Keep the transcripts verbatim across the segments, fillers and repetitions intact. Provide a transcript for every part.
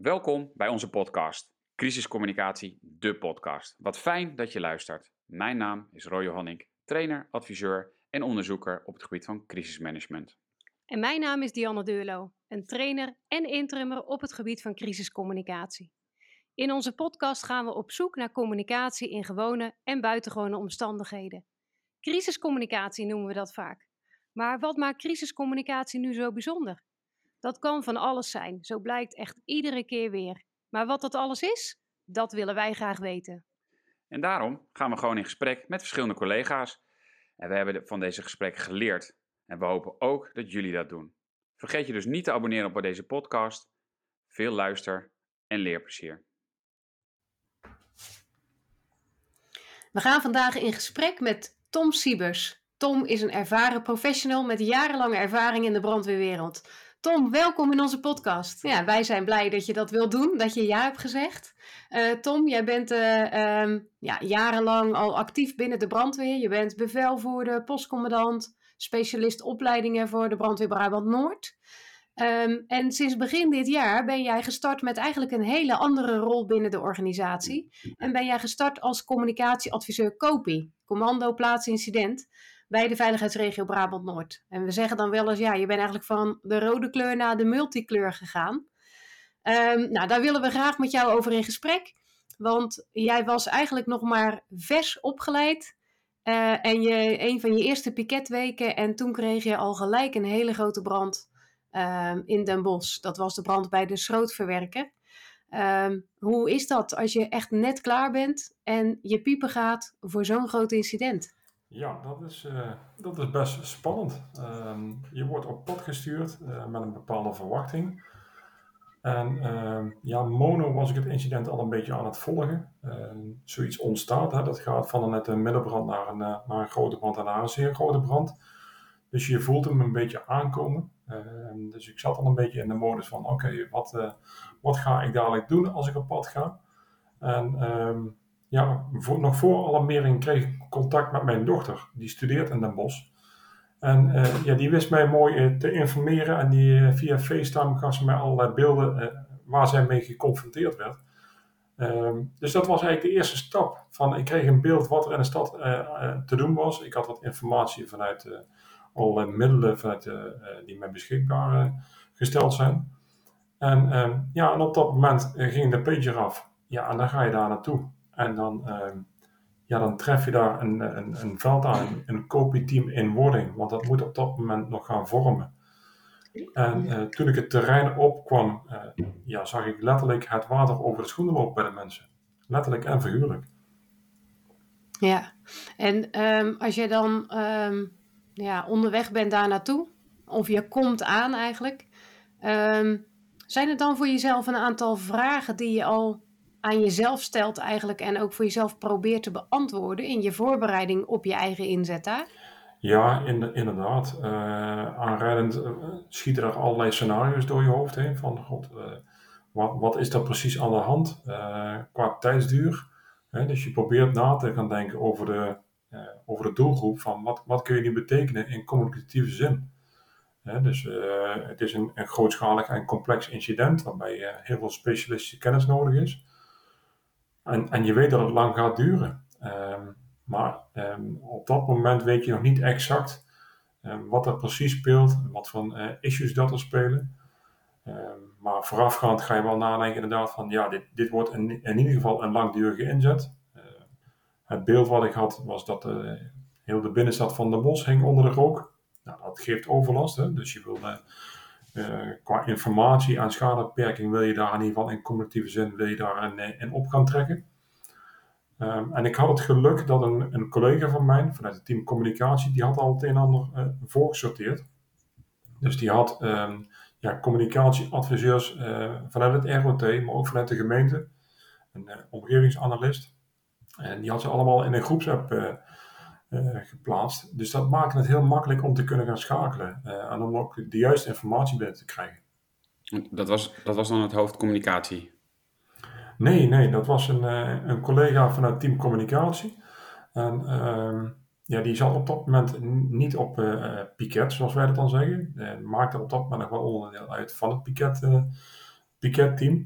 Welkom bij onze podcast, Crisiscommunicatie, de podcast. Wat fijn dat je luistert. Mijn naam is Roy Johannik, trainer, adviseur en onderzoeker op het gebied van crisismanagement. En mijn naam is Dianne Deurlo, een trainer en interimmer op het gebied van crisiscommunicatie. In onze podcast gaan we op zoek naar communicatie in gewone en buitengewone omstandigheden. Crisiscommunicatie noemen we dat vaak. Maar wat maakt crisiscommunicatie nu zo bijzonder? Dat kan van alles zijn, zo blijkt echt iedere keer weer. Maar wat dat alles is, dat willen wij graag weten. En daarom gaan we gewoon in gesprek met verschillende collega's. En we hebben van deze gesprekken geleerd. En we hopen ook dat jullie dat doen. Vergeet je dus niet te abonneren op deze podcast. Veel luister- en leerplezier. We gaan vandaag in gesprek met Tom Siebers. Tom is een ervaren professional met jarenlange ervaring in de brandweerwereld. Tom, welkom in onze podcast. Ja, wij zijn blij dat je dat wilt doen, dat je ja hebt gezegd. Uh, Tom, jij bent uh, um, ja, jarenlang al actief binnen de brandweer. Je bent bevelvoerder, postcommandant, specialist opleidingen voor de brandweer Brabant-Noord. Um, en sinds begin dit jaar ben jij gestart met eigenlijk een hele andere rol binnen de organisatie. En ben jij gestart als communicatieadviseur COPI, Commando Plaats Incident, bij de veiligheidsregio Brabant-Noord. En we zeggen dan wel eens, ja, je bent eigenlijk van de rode kleur naar de multikleur gegaan. Um, nou, daar willen we graag met jou over in gesprek. Want jij was eigenlijk nog maar vers opgeleid. Uh, en je, een van je eerste piketweken en toen kreeg je al gelijk een hele grote brand Um, in Den Bosch. Dat was de brand bij de schrootverwerker. Um, hoe is dat als je echt net klaar bent en je piepen gaat voor zo'n groot incident? Ja, dat is, uh, dat is best spannend. Um, je wordt op pad gestuurd uh, met een bepaalde verwachting. En uh, ja, mono was ik het incident al een beetje aan het volgen. Uh, zoiets ontstaat, hè, dat gaat van een net een middenbrand naar een, uh, naar een grote brand en naar een zeer grote brand. Dus je voelt hem een beetje aankomen. Uh, dus ik zat al een beetje in de modus van oké, okay, wat, uh, wat ga ik dadelijk doen als ik op pad ga? En um, ja, voor, nog voor alarmering kreeg ik contact met mijn dochter. Die studeert in Den Bosch. En uh, ja, die wist mij mooi uh, te informeren. En die, uh, via FaceTime gaf ze mij allerlei beelden uh, waar zij mee geconfronteerd werd. Um, dus dat was eigenlijk de eerste stap. Van, ik kreeg een beeld wat er in de stad uh, uh, te doen was. Ik had wat informatie vanuit uh, allerlei middelen vanuit, uh, uh, die mij beschikbaar uh, gesteld zijn. En, um, ja, en op dat moment uh, ging de pager af. Ja, en dan ga je daar naartoe. En dan, uh, ja, dan tref je daar een, een, een veld aan, een COPI-team in wording. Want dat moet op dat moment nog gaan vormen. En uh, toen ik het terrein opkwam, uh, ja, zag ik letterlijk het water over de schoenen lopen bij de mensen. Letterlijk en figuurlijk. Ja, en um, als je dan um, ja, onderweg bent daar naartoe, of je komt aan eigenlijk, um, zijn er dan voor jezelf een aantal vragen die je al aan jezelf stelt eigenlijk en ook voor jezelf probeert te beantwoorden in je voorbereiding op je eigen inzet daar? Ja, in de, inderdaad. Uh, aanrijdend uh, schieten er allerlei scenario's door je hoofd heen. Van, god, uh, wat, wat is er precies aan de hand uh, qua tijdsduur? Hè, dus je probeert na te gaan denken over de, uh, over de doelgroep. Van wat, wat kun je nu betekenen in communicatieve zin? Hè, dus uh, het is een, een grootschalig en complex incident waarbij uh, heel veel specialistische kennis nodig is. En, en je weet dat het lang gaat duren. Um, Maar um, op dat moment weet je nog niet exact um, wat er precies speelt, wat voor uh, issues dat er spelen. Um, maar voorafgaand ga je wel nadenken inderdaad van ja, dit, dit wordt in, in ieder geval een langdurige inzet. Uh, het beeld wat ik had was dat uh, heel de binnenstad van Den Bosch hing onder de rook. Nou, dat geeft overlast, hè? Dus je wil uh, uh, qua informatie en schadebeperking wil je daar in ieder geval in communicatieve zin wil je daar in, in op gaan trekken. Um, en ik had het geluk dat een, een collega van mij, vanuit het team communicatie, die had al het een en ander uh, voorgesorteerd. Dus die had um, ja, communicatieadviseurs uh, vanuit het R O T, maar ook vanuit de gemeente, een uh, omgevingsanalist. En die had ze allemaal in een groepsapp uh, uh, geplaatst. Dus dat maakte het heel makkelijk om te kunnen gaan schakelen uh, en om ook de juiste informatie binnen te krijgen. Dat was, dat was dan het hoofd communicatie? Nee, nee, dat was een, uh, een collega vanuit team communicatie. En uh, ja, die zat op dat moment n- niet op uh, piket, zoals wij dat dan zeggen. Uh, maakte op dat moment nog wel onderdeel uit van het piket, uh, piketteam.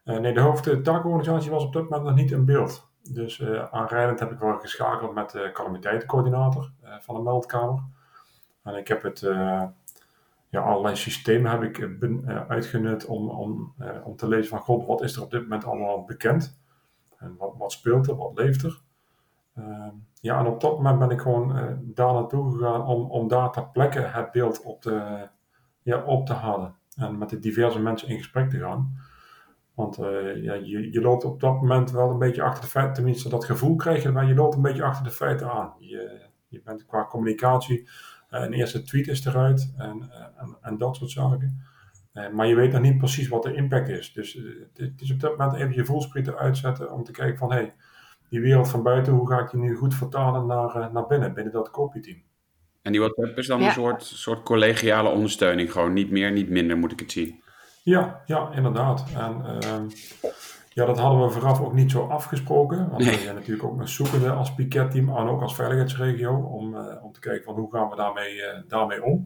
Uh, nee, de hoofdtaakorganisatie was op dat moment nog niet in beeld. Dus uh, aanrijdend heb ik wel geschakeld met de calamiteitencoördinator uh, van de meldkamer. En ik heb het, uh, ja, allerlei systemen heb ik ben, uh, uitgenut om, om, uh, om te lezen van, god, wat is er op dit moment allemaal bekend? En wat, wat speelt er, wat leeft er? Uh, ja, en op dat moment ben ik gewoon uh, daar naartoe gegaan om, om daar ter plekke het beeld op te, ja, op te halen. En met de diverse mensen in gesprek te gaan. Want uh, ja, je, je loopt op dat moment wel een beetje achter de feiten, tenminste dat gevoel krijg je, maar je loopt een beetje achter de feiten aan. Je, je bent qua communicatie, uh, een eerste tweet is eruit en, uh, en, en dat soort zaken. Uh, maar je weet nog niet precies wat de impact is. Dus uh, het is op dat moment even je voelsprieten uitzetten om te kijken van, hé, hey, die wereld van buiten, hoe ga ik die nu goed vertalen naar, uh, naar binnen, binnen dat kopieteam. En die WhatsApp is dan Ja. een soort, soort collegiale ondersteuning, gewoon niet meer, niet minder moet ik het zien. Ja, ja, inderdaad. En uh, ja, dat hadden we vooraf ook niet zo afgesproken. Want Nee. we zijn natuurlijk ook nog zoekende als piketteam en ook als veiligheidsregio om, uh, om te kijken van hoe gaan we daarmee, uh, daarmee om.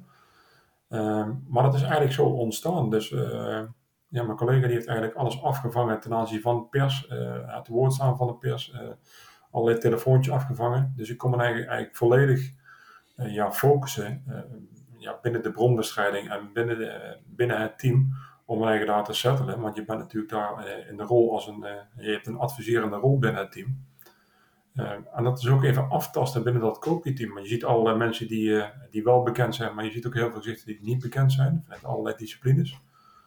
Uh, maar dat is eigenlijk zo ontstaan. Dus uh, ja, mijn collega die heeft eigenlijk alles afgevangen ten aanzien van pers, uh, het woord staan van de pers, uh, allerlei telefoontjes afgevangen. Dus ik kon me eigenlijk, eigenlijk volledig uh, ja, focussen uh, ja, binnen de bronbestrijding en binnen, de, binnen het team om mijn eigen daar te settelen. Want je bent natuurlijk daar uh, in de rol als een, uh, je hebt een adviserende rol binnen het team. Uh, en dat is ook even aftasten binnen dat kopieteam. Maar je ziet allerlei mensen die, uh, die wel bekend zijn, maar je ziet ook heel veel gezichten die niet bekend zijn, vanuit allerlei disciplines.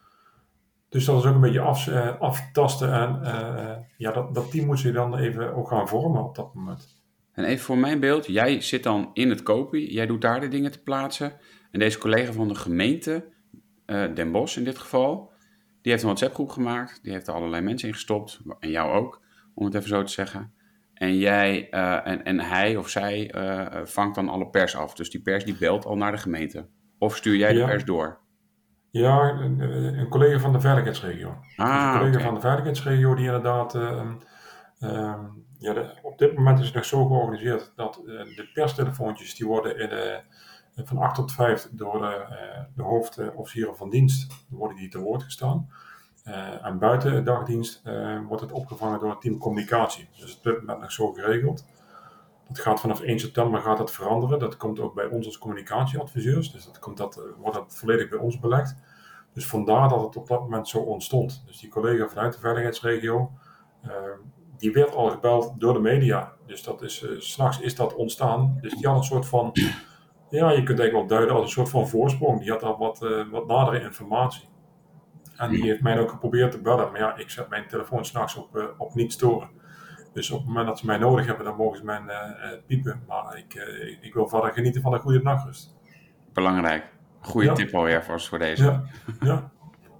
Dus dat is ook een beetje af, uh, aftasten en uh, ja, dat, dat team moet zich dan even ook gaan vormen op dat moment. En even voor mijn beeld, jij zit dan in het kopie, jij doet daar de dingen te plaatsen. En deze collega van de gemeente, uh, Den Bosch in dit geval, die heeft een WhatsApp-groep gemaakt. Die heeft er allerlei mensen in gestopt, en jou ook, om het even zo te zeggen. En jij uh, en, en hij of zij uh, vangt dan alle pers af. Dus die pers die belt al naar de gemeente. Of stuur jij de Ja. pers door? Ja, een, een collega van de veiligheidsregio. Ah, dus een collega okay. van de veiligheidsregio die inderdaad... Uh, uh, ja, de, op dit moment is het nog zo georganiseerd dat uh, de perstelefoontjes die worden in de, van acht tot vijf door de, uh, de hoofdofficieren van dienst worden die te woord gestaan. Uh, en buiten de dagdienst uh, wordt het opgevangen door het team communicatie. Dus het is op dit moment nog zo geregeld. Dat gaat vanaf één september gaat dat veranderen. Dat komt ook bij ons als communicatieadviseurs. Dus dat, komt dat uh, wordt dat volledig bij ons belegd. Dus vandaar dat het op dat moment zo ontstond. Dus die collega vanuit de veiligheidsregio, uh, die werd al gebeld door de media. Dus dat is, uh, 's nachts is dat ontstaan. Dus die had een soort van, ja, je kunt eigenlijk wel duiden als een soort van voorsprong. Die had al wat, uh, wat nadere informatie. En die heeft mij ook geprobeerd te bellen. Maar ja, ik zet mijn telefoon 's nachts op, uh, op niet storen. Dus op het moment dat ze mij nodig hebben, dan mogen ze mij uh, uh, piepen. Maar ik, uh, ik, ik wil verder genieten van een goede nachtrust. Belangrijk. Goeie Ja. tip alweer voor, voor deze. Ja, ja.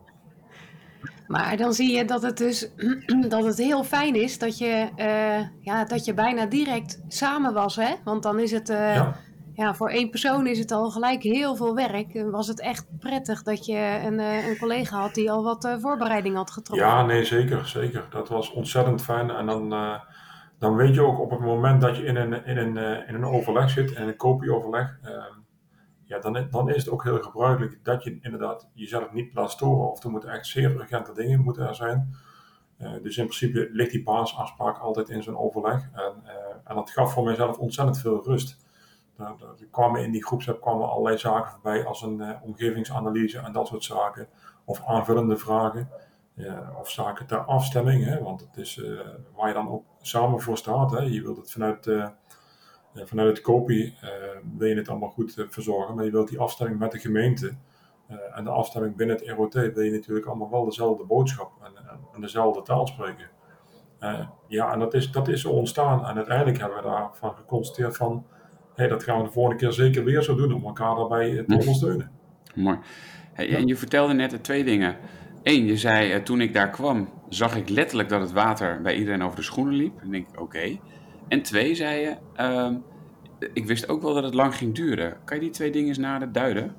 Maar dan zie je dat het dus dat het heel fijn is dat je, uh, ja, dat je bijna direct samen was, hè? Want dan is het, uh, ja. ja, voor één persoon is het al gelijk heel veel werk. En was het echt prettig dat je een, uh, een collega had die al wat uh, voorbereiding had getroffen. Ja, nee, zeker, zeker. Dat was ontzettend fijn. En dan, uh, dan weet je ook op het moment dat je in een, in een, uh, in een overleg zit, in een kopieoverleg, uh, ja, dan, dan is het ook heel gebruikelijk dat je inderdaad jezelf niet laat storen. Of er moeten echt zeer urgente dingen moeten er zijn. Uh, dus in principe ligt die basisafspraak altijd in zo'n overleg. En, uh, en dat gaf voor mijzelf ontzettend veel rust. Er kwamen in die groepsapp kwamen allerlei zaken voorbij als een uh, omgevingsanalyse en dat soort zaken. Of aanvullende vragen. Uh, of zaken ter afstemming. Hè, want het is uh, waar je dan ook samen voor staat. Hè. Je wilt het vanuit... Uh, Uh, vanuit het kopie uh, wil je het allemaal goed uh, verzorgen, maar je wilt die afstemming met de gemeente uh, en de afstemming binnen het R O T wil je natuurlijk allemaal wel dezelfde boodschap en, en, en dezelfde taal spreken. Uh, ja, en dat is, dat is zo ontstaan en uiteindelijk hebben we daarvan geconstateerd van, hey, dat gaan we de volgende keer zeker weer zo doen om elkaar daarbij uh, te ondersteunen. Mooi. Hey, ja. En je vertelde net uh, twee dingen. Eén, je zei uh, toen ik daar kwam, zag ik letterlijk dat het water bij iedereen over de schoenen liep. En denk ik, oké. Okay. En twee, zei je, uh, ik wist ook wel dat het lang ging duren. Kan je die twee dingen eens nader duiden?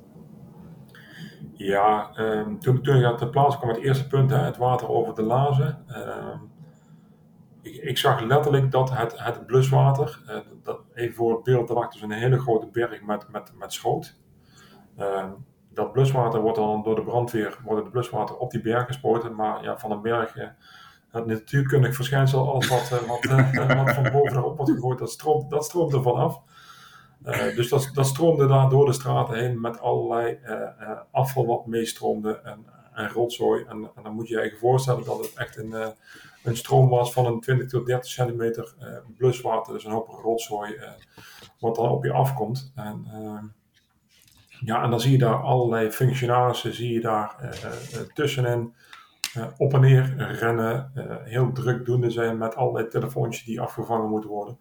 Ja, um, toen, toen ik ter plaatse kwam, het eerste punt, hè, het water over de lazen. Uh, ik, ik zag letterlijk dat het, het bluswater, uh, dat, even voor het beeld, er lag dus een hele grote berg met, met, met schoot. Uh, dat bluswater wordt dan door de brandweer, worden de bluswater op die berg gespoten, maar ja, van een berg, uh, het natuurkundig verschijnsel, alles wat, uh, wat, uh, wat van boven naar op wordt gegooid, dat stroomt, dat stroomt er vanaf. Uh, dus dat, dat stroomde daar door de straten heen met allerlei uh, uh, afval wat meestroomde en, en rotzooi. En, en dan moet je je eigen voorstellen dat het echt een, uh, een stroom was van een twintig tot dertig centimeter uh, bluswater, dus een hoop rotzooi uh, wat dan op je afkomt. En, uh, ja, en dan zie je daar allerlei functionarissen, zie je daar uh, uh, tussenin uh, op en neer rennen, uh, heel drukdoende zijn met allerlei telefoontjes die afgevangen moeten worden.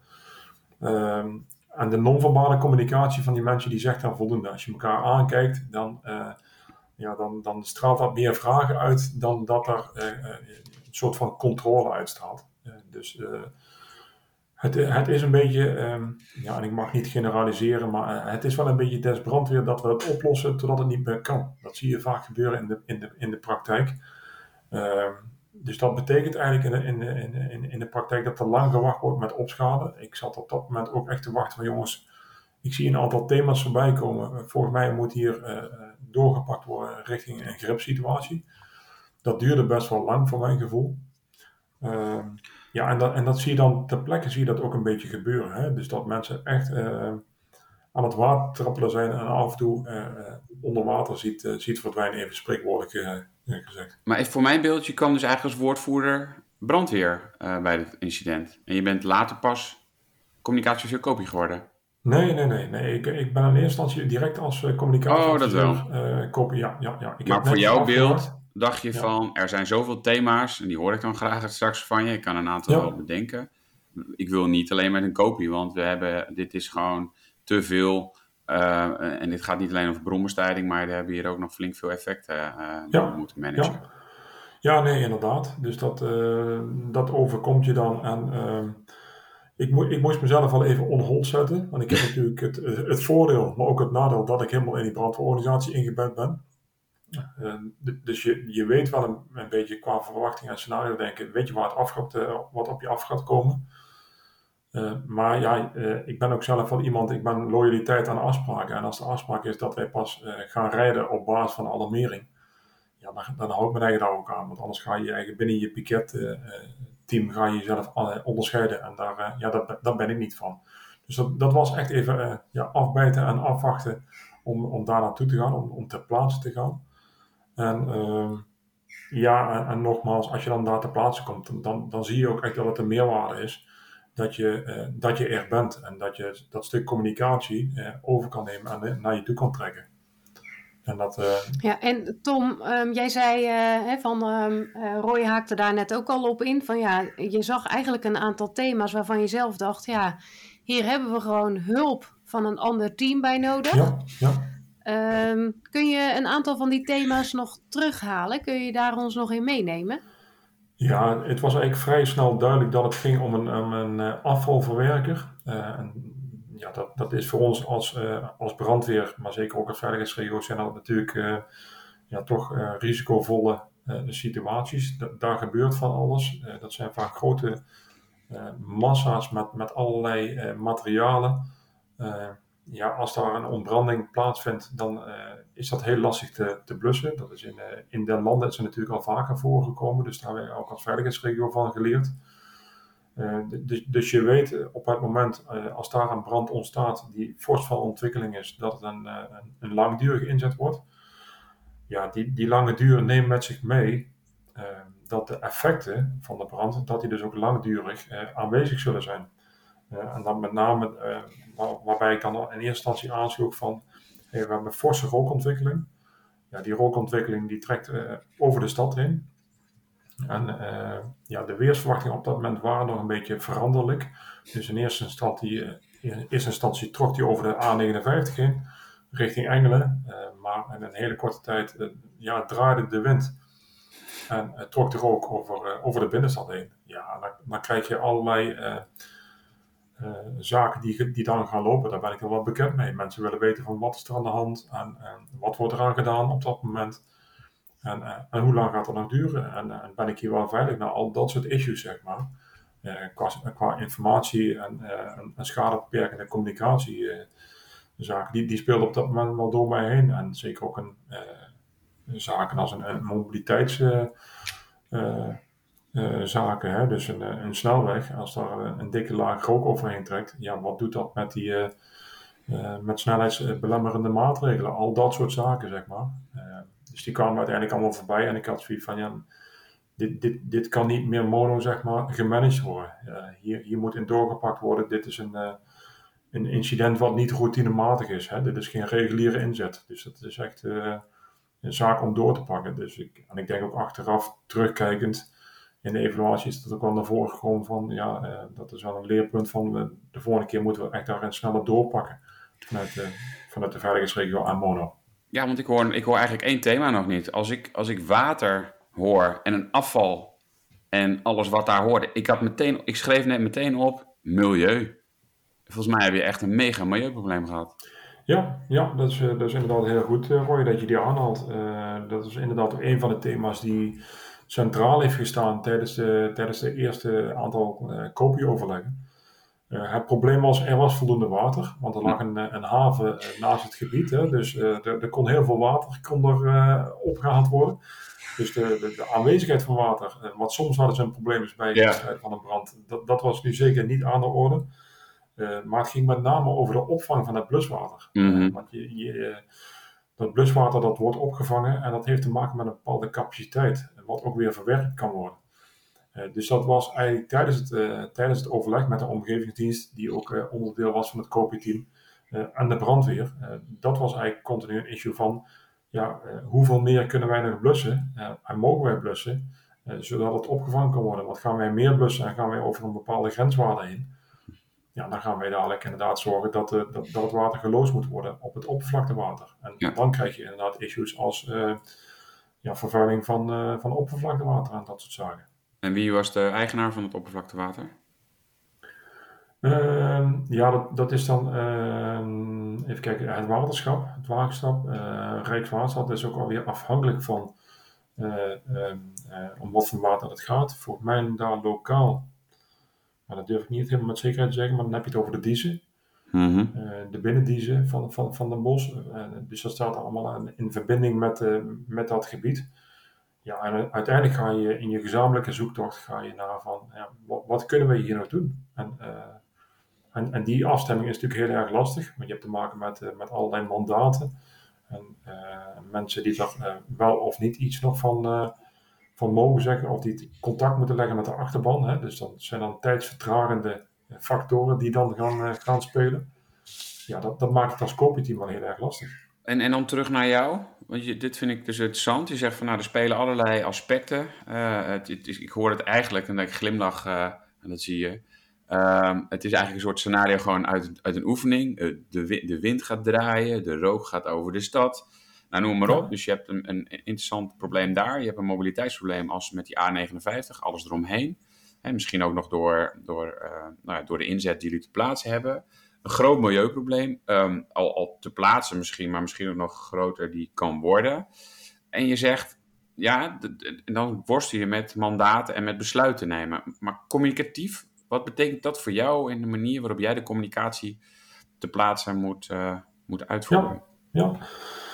Uh, En de non-verbale communicatie van die mensen die zegt dan voldoende. Als je elkaar aankijkt, dan, uh, ja, dan, dan straalt dat meer vragen uit dan dat er uh, een soort van controle uitstraalt. Uh, dus uh, het, het is een beetje, um, ja, en ik mag niet generaliseren, maar uh, het is wel een beetje des brandweer dat we het oplossen totdat het niet meer kan. Dat zie je vaak gebeuren in de, in de, in de praktijk. Uh, Dus dat betekent eigenlijk in de, in, de, in, de, in de praktijk dat er lang gewacht wordt met opschalen. Ik zat op dat moment ook echt te wachten van jongens, ik zie een aantal thema's voorbij komen. Volgens mij moet hier uh, doorgepakt worden richting een gripsituatie. Dat duurde best wel lang voor mijn gevoel. Uh, ja, en dat, en dat zie je dan ter plekke zie je dat ook een beetje gebeuren. Hè? Dus dat mensen echt uh, aan het water trappelen zijn en af en toe uh, onder water ziet, uh, ziet verdwijnen, even spreekwoordelijk uh, gezegd. Maar voor mijn beeld, je kwam dus eigenlijk als woordvoerder brandweer uh, bij het incident. En je bent later pas communicatieofficier kopie geworden. Nee, nee, nee. nee. Ik, ik ben in eerste instantie direct als uh, communicatieofficier oh, dat wel. Uh, kopie. Ja, ja, ja. Ik maar heb voor jouw beeld afgemaakt. dacht je ja. van, er zijn zoveel thema's, en die hoor ik dan graag straks van je. Ik kan een aantal ja. wel bedenken. Ik wil niet alleen met een kopie, want we hebben, dit is gewoon te veel. Uh, en dit gaat niet alleen over bronbestrijding, maar we hebben hier ook nog flink veel effecten uh, ja. moeten managen. Ja. ja, nee, inderdaad. Dus dat, uh, dat overkomt je dan. En uh, ik, mo- ik moest mezelf wel even on hold zetten. Want ik heb natuurlijk het, het voordeel, maar ook het nadeel dat ik helemaal in die brandweerorganisatie ingebed ben. Uh, d- dus je, je weet wel een, een beetje qua verwachting en scenario denken, weet je waar het af gaat, uh, wat op je af gaat komen. Uh, maar ja, uh, ik ben ook zelf wel iemand, ik ben loyaliteit aan afspraken. En als de afspraak is dat wij pas uh, gaan rijden op basis van alarmering, ja, dan, dan hou ik mijn eigen daar ook aan. Want anders ga je eigen binnen je piket uh, team ga je jezelf uh, onderscheiden. En daar, uh, ja, dat, daar ben ik niet van. Dus dat, dat was echt even uh, ja, afbijten en afwachten om, om daar naartoe te gaan, om, om ter plaatse te gaan. En uh, ja, en, en nogmaals, als je dan daar ter plaatse komt, dan, dan zie je ook echt dat het een meerwaarde is. Dat je, uh, dat je er bent en dat je dat stuk communicatie uh, over kan nemen en uh, naar je toe kan trekken. En dat, uh... Ja, en Tom, um, jij zei uh, hè, van, um, uh, Roy haakte daar net ook al op in, van ja, je zag eigenlijk een aantal thema's waarvan je zelf dacht, ja, hier hebben we gewoon hulp van een ander team bij nodig. Ja, ja. Um, kun je een aantal van die thema's nog terughalen? Kun je daar ons nog in meenemen? Ja, het was eigenlijk vrij snel duidelijk dat het ging om een, om een uh, afvalverwerker. Uh, en, ja, dat, dat is voor ons als, uh, als brandweer, maar zeker ook als veiligheidsregio, zijn dat natuurlijk uh, ja, toch uh, risicovolle uh, situaties. Da- daar gebeurt van alles. Uh, dat zijn vaak grote uh, massa's met, met allerlei uh, materialen. Uh, ja, als daar een ontbranding plaatsvindt, dan uh, is dat heel lastig te, te blussen. Dat is in, uh, in den landen is er natuurlijk al vaker voorgekomen, dus daar hebben we ook als veiligheidsregio van geleerd. Uh, dus, dus je weet uh, op het moment, uh, als daar een brand ontstaat die fors van ontwikkeling is, dat het een, uh, een, een langdurige inzet wordt. Ja, die, die lange duur neemt met zich mee uh, dat de effecten van de brand, dat die dus ook langdurig uh, aanwezig zullen zijn. Uh, en dan met name, uh, waar, waarbij ik dan in eerste instantie aansloeg van, hey, we hebben forse rookontwikkeling. Ja, die rookontwikkeling die trekt uh, over de stad heen. En uh, ja, de weersverwachtingen op dat moment waren nog een beetje veranderlijk. Dus in eerste instantie, uh, in eerste instantie trok die over de A negenenvijftig heen, richting Engelen. Uh, maar in een hele korte tijd uh, ja, draaide de wind en uh, trok de rook over, uh, over de binnenstad heen. Ja, dan, dan krijg je allerlei uh, uh, zaken die, die dan gaan lopen. Daar ben ik er wel bekend mee. Mensen willen weten van wat is er aan de hand en, en wat wordt er aan gedaan op dat moment. En, uh, en hoe lang gaat dat nog duren? En, uh, en ben ik hier wel veilig? Nou, al dat soort issues, zeg maar. Uh, qua, qua informatie en, uh, en, en schadebeperkende communicatie uh, zaken, die, die speelden op dat moment wel door mij heen. En zeker ook een, uh, zaken als een, een mobiliteitszaken. Uh, uh, zaken, hè? Dus een, een snelweg, als daar een, een dikke laag rook overheen trekt, ja, wat doet dat met die uh, uh, met snelheidsbelemmerende maatregelen? Al dat soort zaken, zeg maar. Uh, dus die kwamen uiteindelijk allemaal voorbij en ik had zoiets van, ja, dit, dit, dit kan niet meer mono, zeg maar, gemanaged worden. Uh, hier, hier moet in doorgepakt worden. Dit is een, uh, een incident wat niet routinematig is. Hè? Dit is geen reguliere inzet. Dus dat is echt uh, een zaak om door te pakken. Dus ik, en ik denk ook achteraf, terugkijkend, in de evaluatie is dat ook wel naar voren gekomen van, ja, uh, dat is wel een leerpunt van, uh, de volgende keer moeten we echt daarin sneller doorpakken. Vanuit, uh, vanuit de veiligheidsregio aan mono. Ja, want ik hoor, ik hoor eigenlijk één thema nog niet. Als ik, als ik water hoor en een afval en alles wat daar hoorde. Ik, had meteen, ik schreef net meteen op milieu. Volgens mij heb je echt een mega milieuprobleem gehad. Ja, ja dat, is, dat is inderdaad heel goed, Roy, dat je die aanhaalt. Uh, dat is inderdaad ook een van de thema's die centraal heeft gestaan tijdens de, tijdens de eerste aantal uh, kopieoverleggen. Uh, het probleem was, er was voldoende water, want er lag een, een haven uh, naast het gebied. Hè, dus uh, er, er kon heel veel water kon er, uh, opgehaald worden. Dus de, de, de aanwezigheid van water, uh, wat soms hadden ze een probleem is bij het bestrijden van een brand, dat, dat was nu zeker niet aan de orde. Uh, maar het ging met name over de opvang van het bluswater. Mm-hmm. Uh, want je, je, dat bluswater dat wordt opgevangen en dat heeft te maken met een bepaalde capaciteit, wat ook weer verwerkt kan worden. Uh, dus dat was eigenlijk tijdens het, uh, tijdens het overleg met de omgevingsdienst, die ook uh, onderdeel was van het kopieteam, uh, en de brandweer. Uh, dat was eigenlijk continu een issue van, ja, uh, hoeveel meer kunnen wij nog blussen uh, en mogen wij blussen, uh, zodat het opgevangen kan worden. Want gaan wij meer blussen en gaan wij over een bepaalde grenswaarde heen, ja, dan gaan wij dadelijk inderdaad zorgen dat, uh, dat, dat het water geloosd moet worden op het oppervlaktewater. En ja. dan krijg je inderdaad issues als uh, ja, vervuiling van, uh, van oppervlaktewater en dat soort zaken. En wie was de eigenaar van het oppervlaktewater? Uh, ja, dat, dat is dan, uh, even kijken, het waterschap, het waterschap, uh, Rijkswaterstaat is ook alweer afhankelijk van uh, uh, uh, om wat voor water het gaat. Volgens mij daar lokaal, maar dat durf ik niet helemaal met zekerheid te zeggen, maar dan heb je het over de Diezen. Mm-hmm. Uh, de binnendiezen van, van, van Den Bosch. Uh, dus dat staat allemaal in verbinding met, uh, met dat gebied. Ja, en uiteindelijk ga je in je gezamenlijke zoektocht ga je naar van, ja, wat, wat kunnen we hier nou doen? En, uh, en, en die afstemming is natuurlijk heel erg lastig, want je hebt te maken met, uh, met allerlei mandaten. En uh, mensen die er uh, wel of niet iets nog van, uh, van mogen zeggen, of die contact moeten leggen met de achterban. Hè? Dus dat zijn dan tijdsvertragende factoren die dan gaan, uh, gaan spelen. Ja, dat, dat maakt het als kopieteam wel heel erg lastig. En, en dan terug naar jou, want je, dit vind ik dus interessant. Je zegt van nou, er spelen allerlei aspecten. Uh, het, het is, ik hoor het eigenlijk en ik glimlach, uh, en dat zie je. Uh, het is eigenlijk een soort scenario gewoon uit, uit een oefening. Uh, de, de wind gaat draaien, de rook gaat over de stad. Nou, noem maar op. Dus je hebt een, een interessant probleem daar. Je hebt een mobiliteitsprobleem als met die A negenenvijftig, alles eromheen. Hè, misschien ook nog door, door, uh, nou ja, door de inzet die jullie te plaatsen hebben. Een groot milieuprobleem, um, al, al te plaatsen misschien, maar misschien ook nog groter die kan worden. En je zegt, ja, d- d- dan worstel je met mandaten en met besluiten nemen. Maar communicatief, wat betekent dat voor jou in de manier waarop jij de communicatie te plaatsen moet, uh, moet uitvoeren? Ja, ja.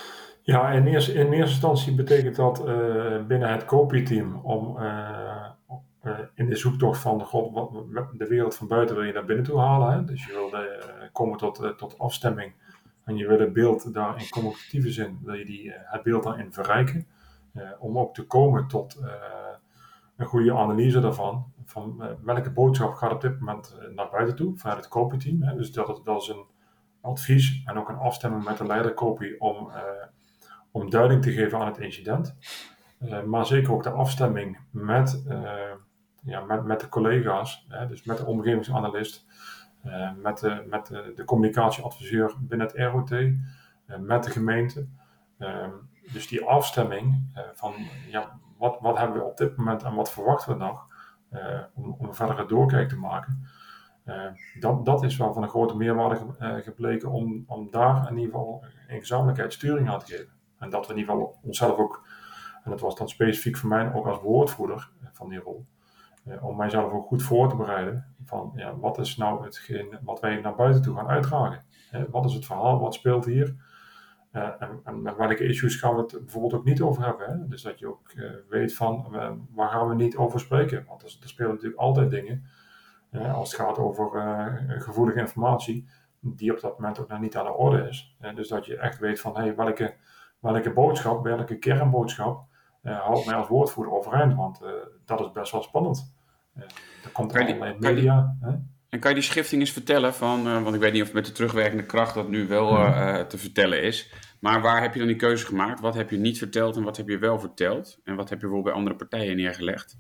ja in, eerste, in eerste instantie betekent dat uh, binnen het kopieteam om uh, uh, in de zoektocht van God, wat, de wereld van buiten wil je naar binnen toe halen. Hè? Dus je wil uh, komen tot, uh, tot afstemming en je wil het beeld daar in communicatieve zin, wil je die, uh, het beeld daarin verrijken. Uh, om ook te komen tot uh, een goede analyse daarvan. Van uh, welke boodschap gaat op dit moment uh, naar buiten toe vanuit het kopieteam. Hè? Dus dat, dat is een advies en ook een afstemming met de leiderkopie om, uh, om duiding te geven aan het incident. Uh, maar zeker ook de afstemming met, uh, ja, met, met de collega's, hè, dus met de omgevingsanalist, uh, met, de, met de, de communicatieadviseur binnen het R O T, uh, met de gemeente. Uh, dus die afstemming uh, van ja, wat, wat hebben we op dit moment en wat verwachten we nog, uh, om, om een verdere doorkijk te maken. Uh, dat, dat is wel van een grote meerwaarde ge, uh, gebleken om, om daar in ieder geval in gezamenlijkheid sturing aan te geven. En dat we in ieder geval onszelf ook, en dat was dan specifiek voor mij ook als woordvoerder van die rol, uh, om mijzelf ook goed voor te bereiden van ja, wat is nou hetgeen wat wij naar buiten toe gaan uitdragen. Uh, wat is het verhaal, wat speelt hier? Uh, en, en met welke issues gaan we het bijvoorbeeld ook niet over hebben. Hè? Dus dat je ook uh, weet van uh, waar gaan we niet over spreken. Want er, er spelen natuurlijk altijd dingen. Uh, als het gaat over uh, gevoelige informatie die op dat moment ook nog niet aan de orde is. Uh, dus dat je echt weet van hey, welke, welke boodschap, welke kernboodschap uh, houdt mij als woordvoerder overeind. Want uh, dat is best wel spannend. Uh, er komt Kan je die- allerlei kan je die- media. Hè? En kan je die schifting eens vertellen van, uh, want ik weet niet of met de terugwerkende kracht dat nu wel uh, te vertellen is, maar waar heb je dan die keuze gemaakt? Wat heb je niet verteld en wat heb je wel verteld? En wat heb je bijvoorbeeld bij andere partijen neergelegd?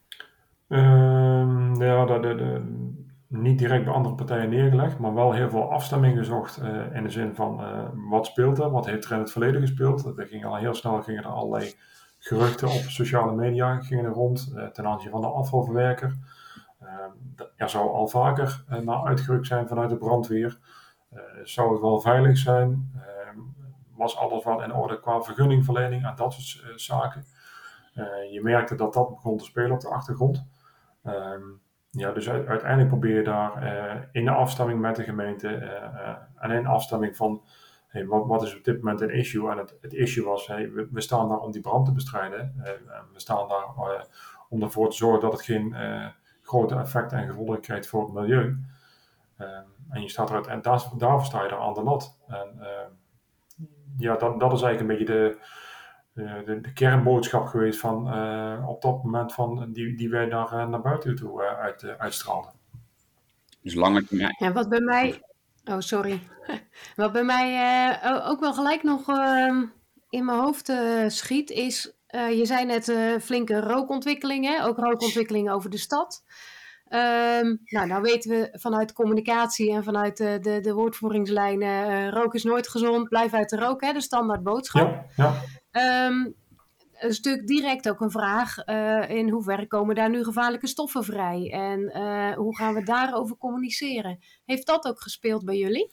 Um, ja, de, de, de, niet direct bij andere partijen neergelegd, maar wel heel veel afstemming gezocht uh, in de zin van uh, wat speelt er, wat heeft er in het verleden gespeeld. Er ging al heel snel gingen er allerlei geruchten op sociale media gingen er rond uh, ten aanzien van de afvalverwerker. Uh, er zou al vaker uh, naar uitgerukt zijn vanuit de brandweer. Uh, zou het wel veilig zijn? Uh, was alles wel in orde qua vergunningverlening en dat soort uh, zaken? Uh, je merkte dat dat begon te spelen op de achtergrond. Um, ja, dus u- uiteindelijk probeer je daar uh, in de afstemming met de gemeente uh, uh, en in afstemming van hey, wat, wat is op dit moment een issue. En het, het issue was, hey, we, we staan daar om die brand te bestrijden. Uh, we staan daar uh, om ervoor te zorgen dat het geen uh, grote effecten en gevolgen krijgt voor het milieu. Um, en je staat eruit, en daar, daarvoor sta je daar aan de lat. En uh, ja, dat, dat is eigenlijk een beetje de, de, de, de kernboodschap geweest van uh, op dat moment van die, die wij naar, uh, naar buiten toe uh, uit, uh, uitstraalden. Dus langer termijn. Ja, wat bij mij. Oh, sorry. Wat bij mij uh, ook wel gelijk nog uh, in mijn hoofd uh, schiet, is. Uh, je zei net uh, flinke rookontwikkelingen, ook rookontwikkelingen over de stad. Um, nou, nou weten we vanuit communicatie en vanuit uh, de, de woordvoeringslijnen, uh, rook is nooit gezond, blijf uit de rook, hè, de standaard boodschap. Ja, ja. Um, dat is natuurlijk direct ook een vraag, uh, in hoeverre komen daar nu gevaarlijke stoffen vrij? En uh, hoe gaan we daarover communiceren? Heeft dat ook gespeeld bij jullie?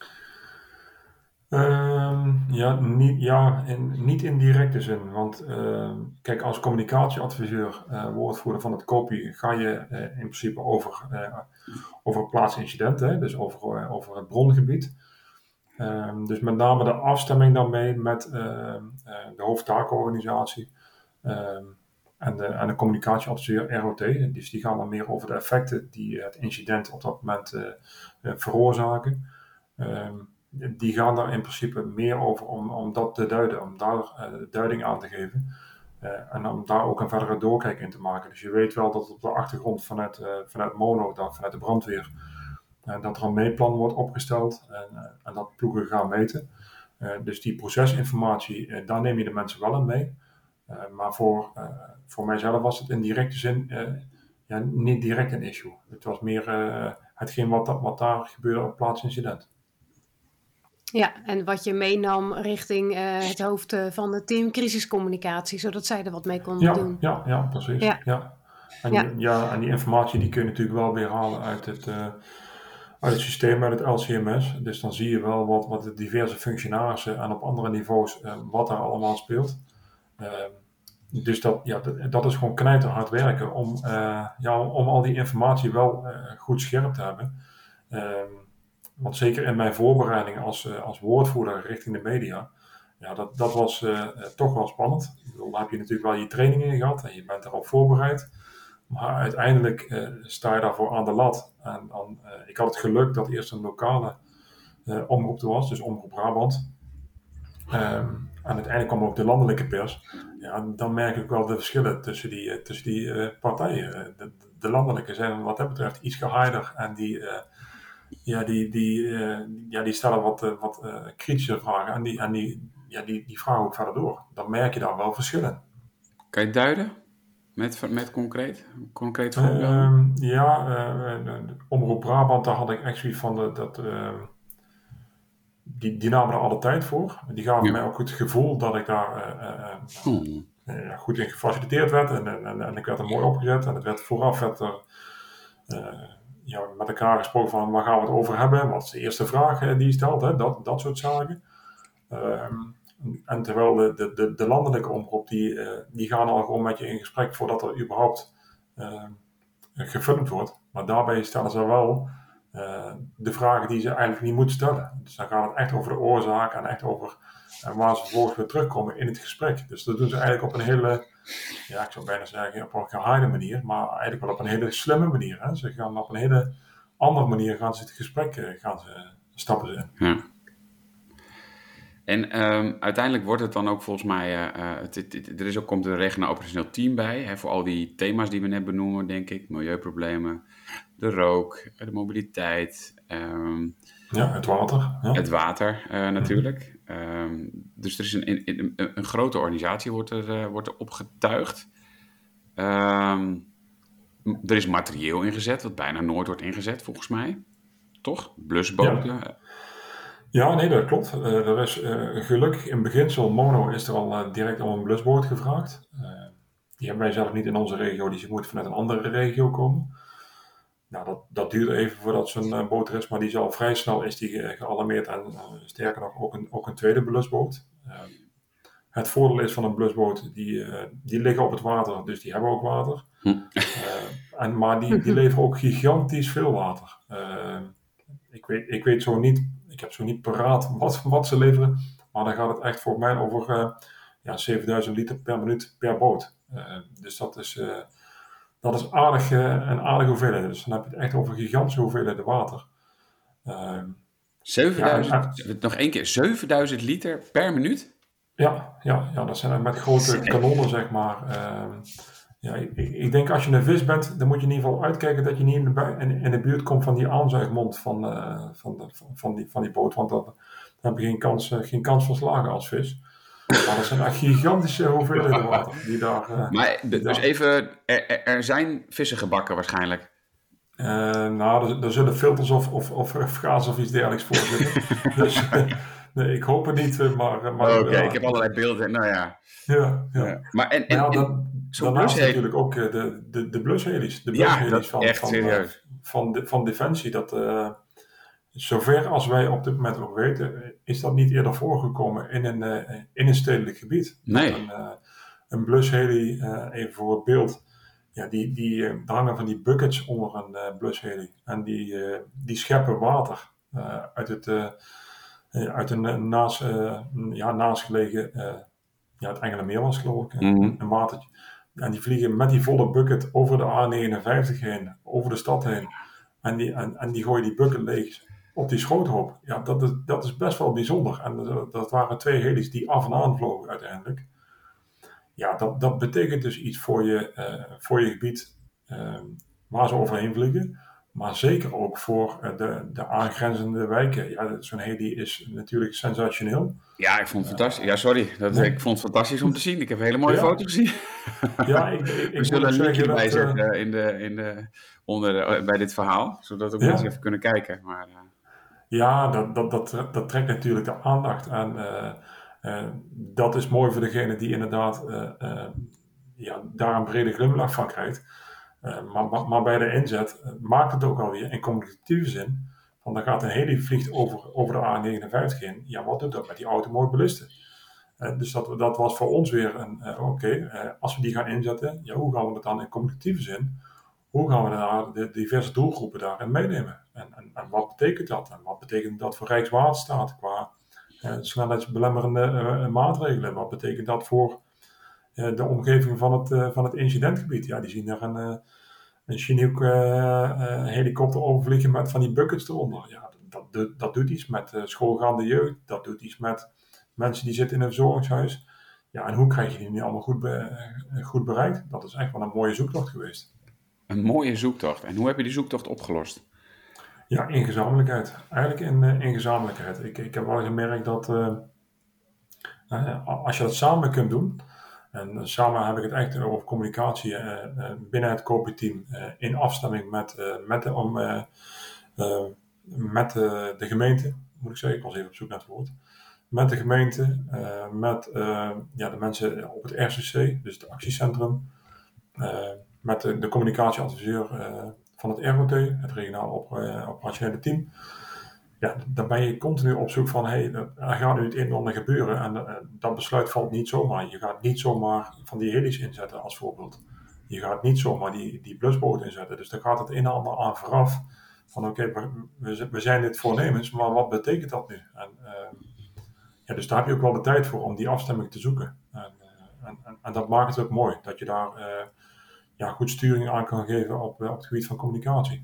Um, ja, niet, ja in, niet in directe zin. Want uh, kijk, als communicatieadviseur, uh, woordvoerder van het C O P I, ga je uh, in principe over, uh, over het plaatsincident, hè, dus over, uh, over het brongebied. Um, dus met name de afstemming daarmee met uh, uh, de hoofdtaakorganisatie um, en, de, en de communicatieadviseur R O T. Dus die gaan dan meer over de effecten die het incident op dat moment uh, uh, veroorzaken. Um, die gaan daar in principe meer over om, om dat te duiden, om daar uh, duiding aan te geven. Uh, en om daar ook een verdere doorkijk in te maken. Dus je weet wel dat op de achtergrond vanuit, uh, vanuit Mono, dat, vanuit de brandweer, uh, dat er een meetplan wordt opgesteld en, uh, en dat ploegen gaan meten. Uh, dus die procesinformatie, uh, daar neem je de mensen wel in mee. Uh, maar voor, uh, voor mijzelf was het in directe zin uh, ja, niet direct een issue. Het was meer uh, hetgeen wat, wat daar gebeurde op plaatsincident. Ja, en wat je meenam richting uh, het hoofd uh, van het team crisiscommunicatie, zodat zij er wat mee konden ja, doen. Ja, ja, precies. Ja. Ja. En, ja. Die, ja, en die informatie die kun je natuurlijk wel weer halen uit het, uh, uit het systeem, uit het L C M S. Dus dan zie je wel wat, wat de diverse functionarissen en op andere niveaus uh, wat daar allemaal speelt. Uh, dus dat, ja, dat, dat is gewoon knijterhard werken om, uh, ja, om al die informatie wel uh, goed scherp te hebben. Uh, Want zeker in mijn voorbereiding als, uh, als woordvoerder richting de media, ja, dat, dat was uh, uh, toch wel spannend. Ik bedoel, daar heb je natuurlijk wel je trainingen in gehad en je bent erop voorbereid. Maar uiteindelijk uh, sta je daarvoor aan de lat. En dan, uh, ik had het geluk dat eerst een lokale uh, omroep er was, dus Omroep Brabant. Um, en uiteindelijk kwam ook de landelijke pers. Ja, dan merk ik wel de verschillen tussen die, uh, tussen die uh, partijen. De, de landelijke zijn wat dat betreft iets geharder en die... Uh, Ja, die, die, uh, ja, die stellen wat, uh, wat uh, kritische vragen en, die, en die, ja, die, die vragen ook verder door. Dan merk je daar wel verschillen. Kan je het duiden? Met, met concreet? Concreet voorbeeld? Uh, ja, uh, uh, Omroep Brabant, daar had ik echt zoiets van, de, dat, uh, die, die namen er alle tijd voor. Die gaven ja. mij ook het gevoel dat ik daar uh, uh, hmm. uh, goed in gefaciliteerd werd. En, en, en ik werd er mooi opgezet. En het werd vooraf werd er... Uh, Ja, met elkaar gesproken van waar gaan we het over hebben, wat is de eerste vraag die je stelt, hè? Dat, dat soort zaken. Um, en terwijl de, de, de, de landelijke omroep, die, uh, die gaan al gewoon met je in gesprek voordat er überhaupt uh, gefilmd wordt. Maar daarbij stellen ze wel uh, de vragen die ze eigenlijk niet moeten stellen. Dus dan gaat het echt over de oorzaak en echt over uh, waar ze vervolgens weer terugkomen in het gesprek. Dus dat doen ze eigenlijk op een hele, ja, ik zou bijna zeggen op een geheime manier, maar eigenlijk wel op een hele slimme manier. Hè. Ze gaan op een hele andere manier gaan ze het gesprek uh, gaan ze, uh, stappen ze in. Ja. En um, uiteindelijk wordt het dan ook volgens mij, uh, uh, het, het, het, er is ook, komt een regionaal operationeel team bij, hè, voor al die thema's die we net benoemen, denk ik. Milieuproblemen, de rook, de mobiliteit. Um, ja, het water. Ja. Het water uh, natuurlijk. Mm-hmm. Um, dus er is een, een, een, een grote organisatie wordt er, uh, wordt er opgetuigd. Um, er is materieel ingezet, wat bijna nooit wordt ingezet volgens mij. Toch? Blusboten. Ja. Ja, nee, dat klopt. Uh, er is uh, gelukkig in beginsel, Mono, is er al uh, direct om een blusboot gevraagd. Uh, die hebben wij zelf niet in onze regio, die moet vanuit een andere regio komen. Nou, dat, dat duurt even voordat zo'n uh, boot er is, maar die zal vrij snel is die uh, gealarmeerd en uh, sterker nog ook een, ook een tweede blusboot. Uh, het voordeel is van een blusboot, die, uh, die liggen op het water, dus die hebben ook water. Uh, en, maar die, die leveren ook gigantisch veel water. Uh, ik, weet, ik weet zo niet... Ik heb zo niet paraat wat, wat ze leveren, maar dan gaat het echt voor mij over uh, ja, zevenduizend liter per minuut per boot. Uh, dus dat is, uh, dat is aardig, uh, een aardige hoeveelheid. Dus dan heb je het echt over gigantische hoeveelheden water. Uh, zevenduizend, ja, nog één keer, zevenduizend liter per minuut? Ja, ja, ja, dat zijn met grote kanonnen, zeg maar. Uh, ja, ik, ik denk als je een vis bent, dan moet je in ieder geval uitkijken dat je niet in de, bu- in, in de buurt komt van die aanzuigmond van, uh, van, de, van, die, van die boot. Want dan, dan heb je geen kans, uh, geen kans van slagen als vis. Maar dat zijn echt gigantische hoeveelheden water die daar... Uh, maar die dus daar... even, er, er zijn vissen gebakken waarschijnlijk? Uh, nou, er, er zullen filters of, of, of, of gaas of iets dergelijks voor zitten. dus uh, nee, ik hoop het niet. Maar, maar Oké, okay, ja, ik heb allerlei beelden. Nou ja. Ja, ja. ja. Maar en, en, ja, en, dat, daarnaast natuurlijk ook de, de, de blushelies. De blushelies ja, van, echt van, serieus. Van, de, van Defensie. Dat, uh, zover als wij op dit moment nog weten, is dat niet eerder voorgekomen in een, uh, in een stedelijk gebied. Nee. Een, uh, een blusheli, uh, even voor het beeld, ja, die, die, uh, er hangen van die buckets onder een uh, blusheli. En die, uh, die scheppen water uh, uit, het, uh, uh, uit een uh, naast, uh, ja, naastgelegen... Uh, Ja, het Engelenmeer was geloof ik, mm-hmm. een, een watertje. En die vliegen met die volle bucket over de A negenenvijftig heen, over de stad heen. En die, en, en die gooien die bucket leeg op die schroothoop. Ja, dat is, dat is best wel bijzonder. En dat, dat waren twee helis die af en aan vlogen uiteindelijk. Ja, dat, dat betekent dus iets voor je, uh, voor je gebied uh, waar ze overheen vliegen. Maar zeker ook voor uh, de, de aangrenzende wijken. Ja, zo'n heli is natuurlijk sensationeel. Ja, ik vond het fantastisch. Ja, sorry. Dat, nee. Ik vond het fantastisch om te zien. Ik heb een hele mooie ja. foto gezien. Ja, ik, ik, We zullen een linkje bij dat, zetten uh, in de, in de, onder de, bij dit verhaal. Zodat ook ja. mensen even kunnen kijken. Maar, uh... Ja, dat, dat, dat, dat trekt natuurlijk de aandacht. En uh, uh, dat is mooi voor degene die inderdaad uh, uh, ja, daar een brede glimlach van krijgt. Uh, maar, maar, maar bij de inzet uh, maakt het ook alweer in communicatieve zin. Want dan gaat een heli vliegt over, over de A negenenvijftig in. Ja, wat doet dat met die automobilisten? Uh, dus dat, dat was voor ons weer een, uh, oké, okay, uh, als we die gaan inzetten, ja, hoe gaan we dat dan in communicatieve zin? Hoe gaan we daar de diverse doelgroepen daarin meenemen? En, en, en wat betekent dat? En wat betekent dat voor Rijkswaterstaat qua uh, snelheidsbelemmerende uh, maatregelen? Wat betekent dat voor uh, de omgeving van het, uh, van het incidentgebied? Ja, die zien daar een, uh, een Chinook uh, uh, helikopter overvliegen met van die buckets eronder. Ja, dat, dat, dat doet iets met uh, schoolgaande jeugd. Dat doet iets met mensen die zitten in een verzorgingshuis. Ja, en hoe krijg je die nu allemaal goed, be, uh, goed bereikt? Dat is echt wel een mooie zoektocht geweest. Een mooie zoektocht. En hoe heb je die zoektocht opgelost? Ja, in gezamenlijkheid. Eigenlijk in, uh, in gezamenlijkheid. Ik, ik heb wel gemerkt dat uh, uh, als je dat samen kunt doen, en samen heb ik het echt over communicatie uh, uh, binnen het Copi-team, uh, in afstemming met, uh, met, de, um, uh, uh, met uh, de gemeente, moet ik zeggen, ik was even op zoek naar het woord, met de gemeente, uh, met uh, ja, de mensen op het R C C, dus het actiecentrum, uh, met de, de communicatieadviseur uh, van het R O T, het regionaal op, uh, operationele team. Ja, dan ben je continu op zoek van, hé, hey, er gaat nu het een en ander gebeuren. En uh, dat besluit valt niet zomaar. Je gaat niet zomaar van die helis inzetten als voorbeeld. je gaat niet zomaar die, die blusboot inzetten. Dus daar gaat het een en ander aan vooraf. Van oké, okay, we, we zijn dit voornemens, maar wat betekent dat nu? En, uh, ja, dus daar heb je ook wel de tijd voor om die afstemming te zoeken. En, uh, en, en, en dat maakt het ook mooi, dat je daar uh, ja, goed sturing aan kan geven op, op het gebied van communicatie.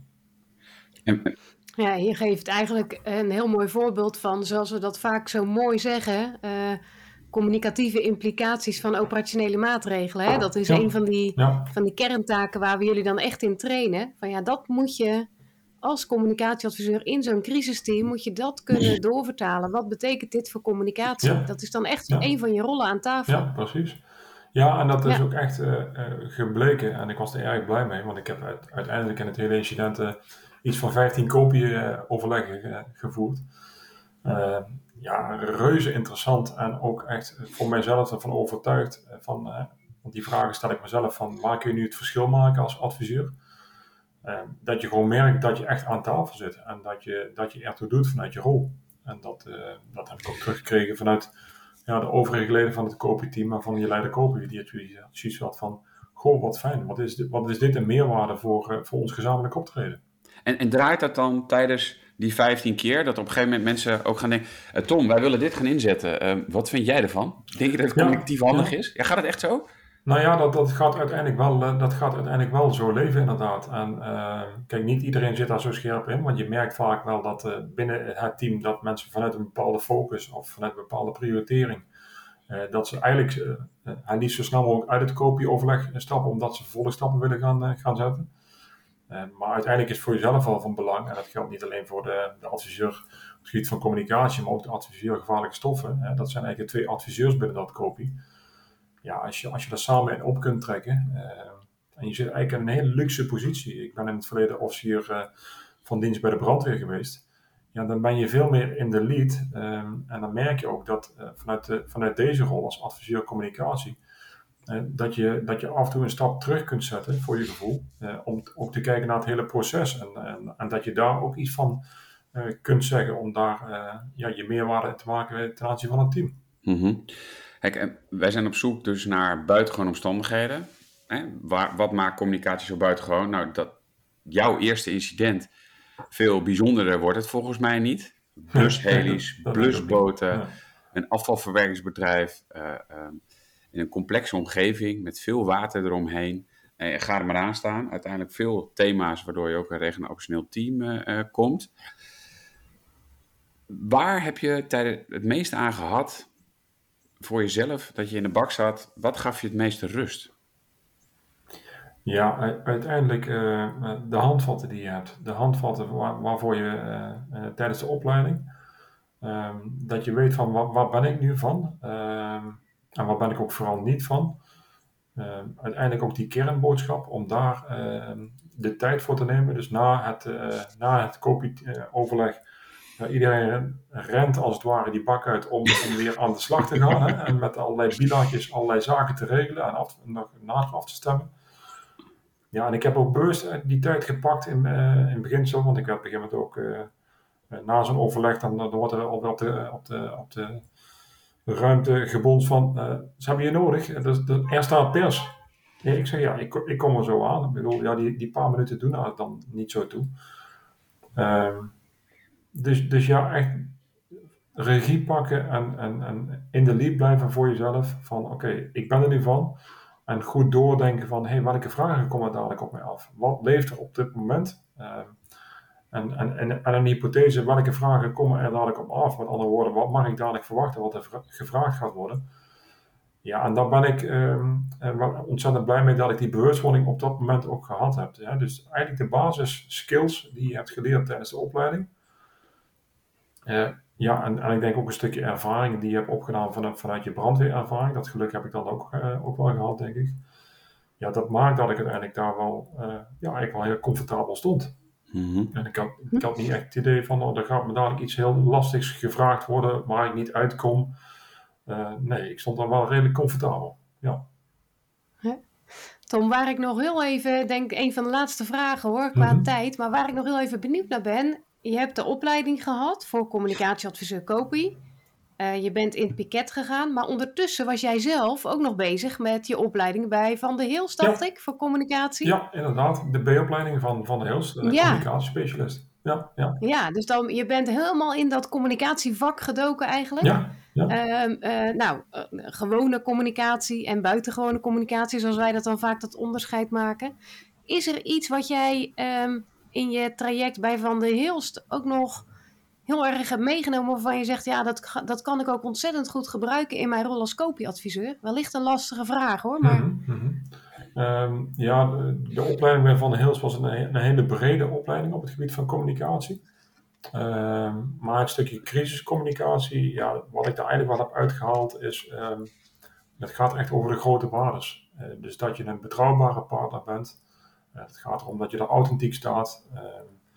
En, ja, hier geeft eigenlijk een heel mooi voorbeeld van, zoals we dat vaak zo mooi zeggen, uh, communicatieve implicaties van operationele maatregelen. Hè? Dat is ja. een van die, ja. van die kerntaken waar we jullie dan echt in trainen. Van ja, dat moet je als communicatieadviseur in zo'n crisisteam, moet je dat kunnen doorvertalen. Wat betekent dit voor communicatie? Ja. Dat is dan echt ja. een van je rollen aan tafel. Ja, precies. Ja, en dat is ja. ook echt uh, uh, gebleken. En ik was er erg blij mee, want ik heb uit, uiteindelijk in het hele incident uh, iets van vijftien kopie-overleggen uh, gevoerd. Uh, ja, reuze interessant en ook echt voor mijzelf ervan overtuigd. Van, uh, want die vragen stel ik mezelf van, waar kun je nu het verschil maken als adviseur? Uh, dat je gewoon merkt dat je echt aan tafel zit en dat je, dat je ertoe doet vanuit je rol. En dat, uh, dat heb ik ook teruggekregen vanuit ja, de overige leden van het kopieteam, maar van je leider kopie, die het zoiets had van, goh, wat fijn, wat is dit, wat is dit een meerwaarde voor, uh, voor ons gezamenlijk optreden? En, en draait dat dan tijdens die vijftien keer, dat op een gegeven moment mensen ook gaan denken, uh, Tom, wij willen dit gaan inzetten, uh, wat vind jij ervan? Denk je dat het communicatief ja, handig ja. is? Ja, gaat het echt zo? Nou ja, dat, dat, gaat uiteindelijk wel, dat gaat uiteindelijk wel zo leven inderdaad. En uh, kijk, niet iedereen zit daar zo scherp in, want je merkt vaak wel dat uh, binnen het team dat mensen vanuit een bepaalde focus of vanuit een bepaalde prioritering, uh, dat ze eigenlijk uh, uh, niet zo snel mogelijk uit het kopieoverleg stappen, omdat ze vervolgstappen willen gaan, uh, gaan zetten. Uh, maar uiteindelijk is het voor jezelf wel van belang, en dat geldt niet alleen voor de, de adviseur op het gebied van communicatie, maar ook de adviseur gevaarlijke stoffen. Uh, dat zijn eigenlijk de twee adviseurs binnen dat kopie. Ja, als je, als je dat samen in op kunt trekken, uh, en je zit eigenlijk in een hele luxe positie. Ik ben in het verleden officier uh, van dienst bij de brandweer geweest. Ja, dan ben je veel meer in de lead. Um, en dan merk je ook dat uh, vanuit, de, vanuit deze rol als adviseur communicatie, uh, dat, je, dat je af en toe een stap terug kunt zetten, voor je gevoel, uh, om ook te kijken naar het hele proces. En, en, en dat je daar ook iets van uh, kunt zeggen om daar uh, ja, je meerwaarde te maken ten aanzien van het team. Mm-hmm. Kijk, wij zijn op zoek dus naar buitengewone omstandigheden. Hè? Waar, wat maakt communicatie zo buitengewoon? Nou, dat jouw eerste incident veel bijzonderder wordt het volgens mij niet. Blushelies, blusboten, ja. Een afvalverwerkingsbedrijf, uh, uh, in een complexe omgeving met veel water eromheen. Uh, ga er maar aan staan. Uiteindelijk veel thema's waardoor je ook een regionaal operationeel team uh, uh, komt. Waar heb je tijdens het meeste aan gehad voor jezelf, dat je in de bak zat? Wat gaf je het meeste rust? Ja, uiteindelijk uh, de handvatten die je hebt. De handvatten waar, waarvoor je uh, uh, tijdens de opleiding, um, dat je weet van waar, waar ben ik nu van? Um, en waar ben ik ook vooral niet van? Um, uiteindelijk ook die kernboodschap, om daar uh, de tijd voor te nemen. Dus na het, uh, na het kopieoverleg, uh, iedereen rent als het ware die bak uit om, om weer aan de slag te gaan. Hè? En met allerlei bilaatjes, allerlei zaken te regelen en af, nog nader af te stemmen. Ja, en ik heb ook bewust die tijd gepakt in, uh, in het beginsel, want ik werd op een gegeven moment ook uh, na zo'n overleg, dan, dan wordt er op, op, de, op, de, op de ruimte gebond van, uh, ze hebben je nodig, dus, dus, er staat pers. Nee, ik zeg ja, ik, ik kom er zo aan. Ik bedoel, ja, die, die paar minuten doen er dan niet zo toe. Uh, dus, dus ja, echt regie pakken en, en, en in de lead blijven voor jezelf, van oké, okay, ik ben er nu van. En goed doordenken van, hé, hey, welke vragen komen dadelijk op mij af? Wat leeft er op dit moment? Uh, en, en, en, en een hypothese, welke vragen komen er dadelijk op af? Met andere woorden, wat mag ik dadelijk verwachten wat er vra- gevraagd gaat worden? Ja, en daar ben ik um, ontzettend blij mee dat ik die bewustwording op dat moment ook gehad heb. Ja? Dus eigenlijk de basis skills die je hebt geleerd tijdens de opleiding. Uh, ja, en, en ik denk ook een stukje ervaring die je hebt opgedaan vanuit, vanuit je brandweerervaring. Dat geluk heb ik dan ook, uh, ook wel gehad, denk ik. Ja, dat maakt dat ik uiteindelijk daar wel, uh, ja, eigenlijk wel heel comfortabel stond. Mm-hmm. En ik had, ik had niet echt het idee van, oh, er gaat me dadelijk iets heel lastigs gevraagd worden waar ik niet uitkom. Uh, nee, ik stond daar wel redelijk comfortabel, ja. Tom, waar ik nog heel even, denk een van de laatste vragen hoor, qua mm-hmm. tijd, maar waar ik nog heel even benieuwd naar ben. Je hebt de opleiding gehad voor communicatieadviseur Kopie. Uh, je bent in het piket gegaan, maar ondertussen was jij zelf ook nog bezig met je opleiding bij Van der Heels, dacht Ja. ik, voor communicatie. Ja, inderdaad. De B-opleiding van Van der Heels, de Ja. communicatiespecialist. Ja, ja. Ja, dus dan, je bent helemaal in dat communicatievak gedoken eigenlijk. Ja, ja. Uh, uh, nou, uh, gewone communicatie en buitengewone communicatie, zoals wij dat dan vaak dat onderscheid maken. Is er iets wat jij um, in je traject bij Van der Heels ook nog heel erg hebt meegenomen waarvan je zegt, ja, dat, dat kan ik ook ontzettend goed gebruiken in mijn rol als kopieadviseur? Wellicht een lastige vraag hoor, maar... Mm-hmm, mm-hmm. Um, ja, de, de opleiding bij Van der Heels was een, een hele brede opleiding op het gebied van communicatie. Um, maar het stukje crisiscommunicatie, ja, wat ik daar eigenlijk wel heb uitgehaald is, um, het gaat echt over de grote waardes. Uh, dus dat je een betrouwbare partner bent. Uh, het gaat erom dat je er authentiek staat. Uh,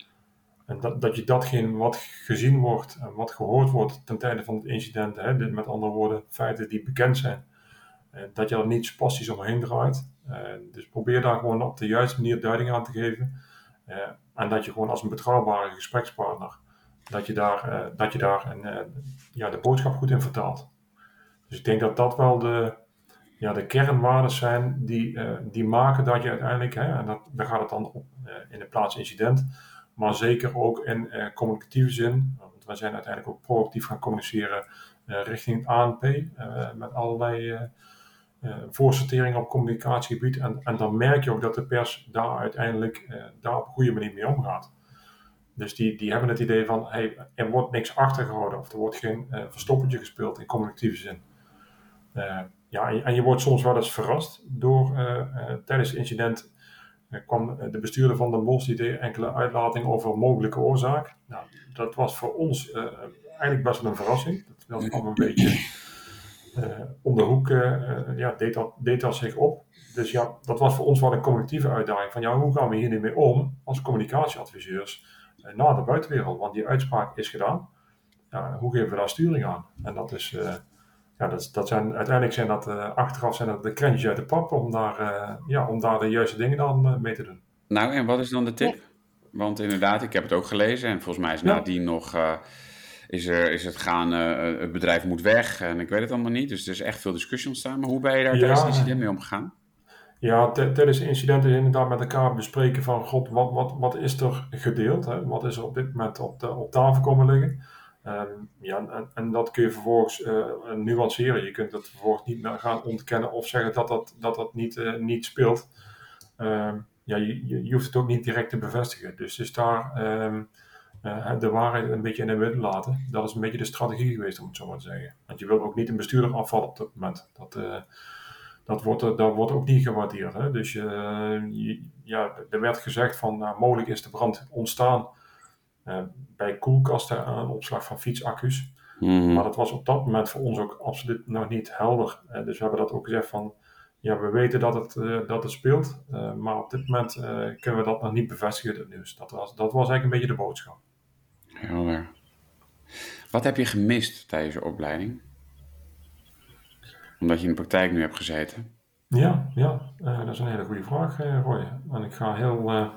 en dat, dat je datgene wat gezien wordt en wat gehoord wordt ten tijde van het incident, hè, met andere woorden, feiten die bekend zijn, uh, dat je er niet spastisch omheen draait. Uh, dus probeer daar gewoon op de juiste manier duiding aan te geven. Uh, en dat je gewoon als een betrouwbare gesprekspartner, dat je daar, uh, dat je daar een, uh, ja, de boodschap goed in vertaalt. Dus ik denk dat dat wel de, ja, de kernwaarden zijn die, uh, die maken dat je uiteindelijk, hè, en dat, daar gaat het dan op uh, in de plaats incident, maar zeker ook in uh, communicatieve zin, want wij zijn uiteindelijk ook proactief gaan communiceren uh, richting het A N P, uh, met allerlei uh, uh, voorsorteringen op communicatiegebied. En, en dan merk je ook dat de pers daar uiteindelijk uh, daar op een goede manier mee omgaat. Dus die, die hebben het idee van, hey, er wordt niks achtergehouden of er wordt geen uh, verstoppertje gespeeld in communicatieve zin. Uh, ja, en je wordt soms wel eens verrast door, uh, uh, tijdens het incident uh, kwam de bestuurder van Den Bosch, die deed enkele uitlatingen over mogelijke oorzaak. Nou, dat was voor ons uh, eigenlijk best wel een verrassing. Dat kwam een beetje uh, om de hoek, uh, ja, deed dat, deed dat zich op. Dus ja, dat was voor ons wel een communicatieve uitdaging van, ja, hoe gaan we hier nu mee om als communicatieadviseurs uh, naar de buitenwereld? Want die uitspraak is gedaan. Ja, hoe geven we daar sturing aan? En dat is... Uh, Ja, dat, dat zijn, uiteindelijk zijn dat uh, achteraf zijn dat de krentjes uit de pap om daar, uh, ja, om daar de juiste dingen dan uh, mee te doen. Nou, en wat is dan de tip? Ja. Want inderdaad, ik heb het ook gelezen en volgens mij is ja. nadien nog, uh, is, er, is het gaan, uh, het bedrijf moet weg en ik weet het allemaal niet. Dus er is echt veel discussie ontstaan. Maar hoe ben je daar ja. tijdens het incident mee omgegaan? Ja, t- tijdens het incident is inderdaad met elkaar bespreken van, god, wat, wat, wat is er gedeeld? Hè? Wat is er op dit moment op, de, op tafel komen liggen? Um, ja, en, en dat kun je vervolgens uh, nuanceren. Je kunt het vervolgens niet meer gaan ontkennen of zeggen dat dat, dat, dat niet, uh, niet speelt. Um, ja, je, je hoeft het ook niet direct te bevestigen. Dus, dus daar um, uh, de waarheid een beetje in het midden laten. Dat is een beetje de strategie geweest, om het zo maar te zeggen. Want je wil ook niet een bestuurder afvallen op dat moment. Dat, uh, dat, wordt, uh, dat wordt ook niet gewaardeerd. Hè? Dus uh, je, ja, er werd gezegd van uh, mogelijk is de brand ontstaan Uh, bij koelkasten aan opslag van fietsaccu's. Mm-hmm. Maar dat was op dat moment voor ons ook absoluut nog niet helder. Uh, dus we hebben dat ook gezegd van, ja, we weten dat het, uh, dat het speelt, uh, maar op dit moment uh, kunnen we dat nog niet bevestigen, het nieuws. Dat was, dat was eigenlijk een beetje de boodschap. Helder. Wat heb je gemist tijdens je opleiding? Omdat je in de praktijk nu hebt gezeten. Ja, ja uh, dat is een hele goede vraag, uh, Roy. En ik ga heel... Uh,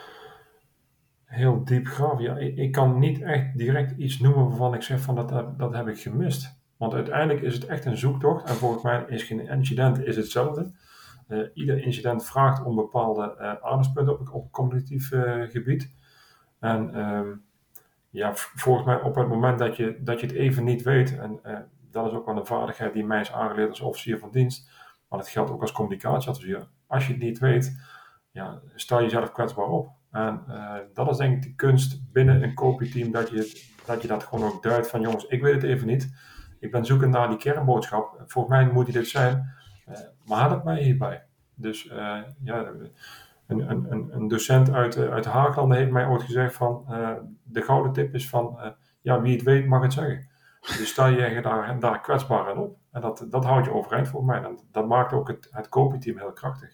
Heel diep graven. Ja, ik, ik kan niet echt direct iets noemen waarvan ik zeg van dat, dat, dat heb ik gemist. Want uiteindelijk is het echt een zoektocht. En volgens mij is geen incident is hetzelfde. Uh, ieder incident vraagt om bepaalde uh, aandachtspunten op, op cognitief uh, gebied. En um, ja, volgens mij op het moment dat je, dat je het even niet weet. En uh, dat is ook wel een vaardigheid die mij is aangeleerd als officier van dienst. Maar dat geldt ook als communicatieadviseur. Als je het niet weet, ja, stel jezelf kwetsbaar op. En uh, dat is denk ik de kunst binnen een kopieteam, dat je, dat je dat gewoon ook duidt van jongens, ik weet het even niet. Ik ben zoekend naar die kernboodschap. Volgens mij moet die dit zijn. Uh, maar haal het mij hierbij. Dus uh, ja, een, een, een docent uit, uh, uit Haaglanden heeft mij ooit gezegd van, uh, de gouden tip is van, uh, ja, wie het weet mag het zeggen. Dus stel je daar, daar kwetsbaar aan op. En dat, dat houdt je overeind volgens mij. En dat maakt ook het, het kopieteam heel krachtig.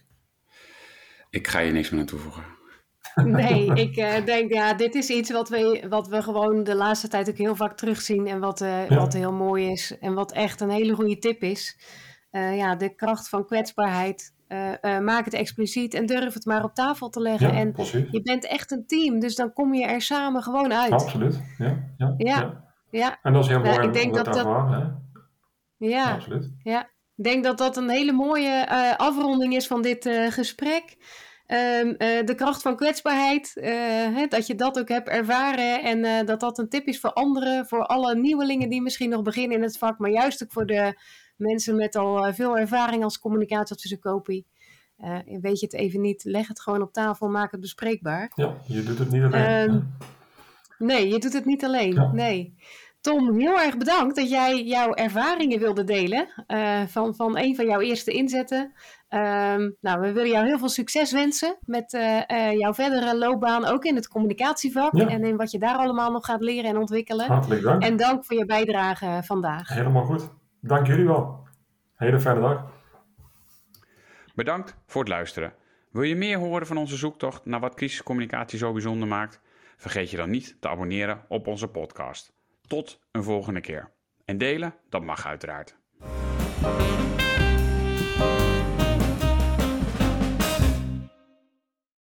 Ik ga je niks meer aan toevoegen. Nee, ik uh, denk, ja, dit is iets wat we, wat we gewoon de laatste tijd ook heel vaak terugzien. En wat, uh, ja. wat heel mooi is. En wat echt een hele goede tip is. Uh, ja, de kracht van kwetsbaarheid. Uh, uh, maak het expliciet en durf het maar op tafel te leggen. Ja, en precies. je bent echt een team, dus dan kom je er samen gewoon uit. Absoluut, ja. ja, ja. ja. Ja. En dat is heel Nou, mooi ik denk om dat dat te dat- ervaren. Hè? Ja, Ja, absoluut. ja. Ik denk dat dat een hele mooie eh, afronding is van dit eh, gesprek. Ehm, eh, de kracht van kwetsbaarheid, eh, hè, dat je dat ook hebt ervaren en eh, dat dat een tip is voor anderen, voor alle nieuwelingen die misschien nog beginnen in het vak, maar juist ook voor de mensen met al eh, veel ervaring als communicatieadviseur Kopie. Uh, weet je het even niet, leg het gewoon op tafel, maak het bespreekbaar. Ja, je doet het niet alleen. Um, nee, je doet het niet alleen, Ja. nee. Tom, heel erg bedankt dat jij jouw ervaringen wilde delen uh, van, van een van jouw eerste inzetten. Um, nou, we willen jou heel veel succes wensen met uh, uh, jouw verdere loopbaan, ook in het communicatievak Ja. en in wat je daar allemaal nog gaat leren en ontwikkelen. Hartelijk dank. En dank voor je bijdrage vandaag. Helemaal goed. Dank jullie wel. Hele fijne dag. Bedankt voor het luisteren. Wil je meer horen van onze zoektocht naar wat crisiscommunicatie zo bijzonder maakt? Vergeet je dan niet te abonneren op onze podcast. Tot een volgende keer. En delen, dat mag uiteraard.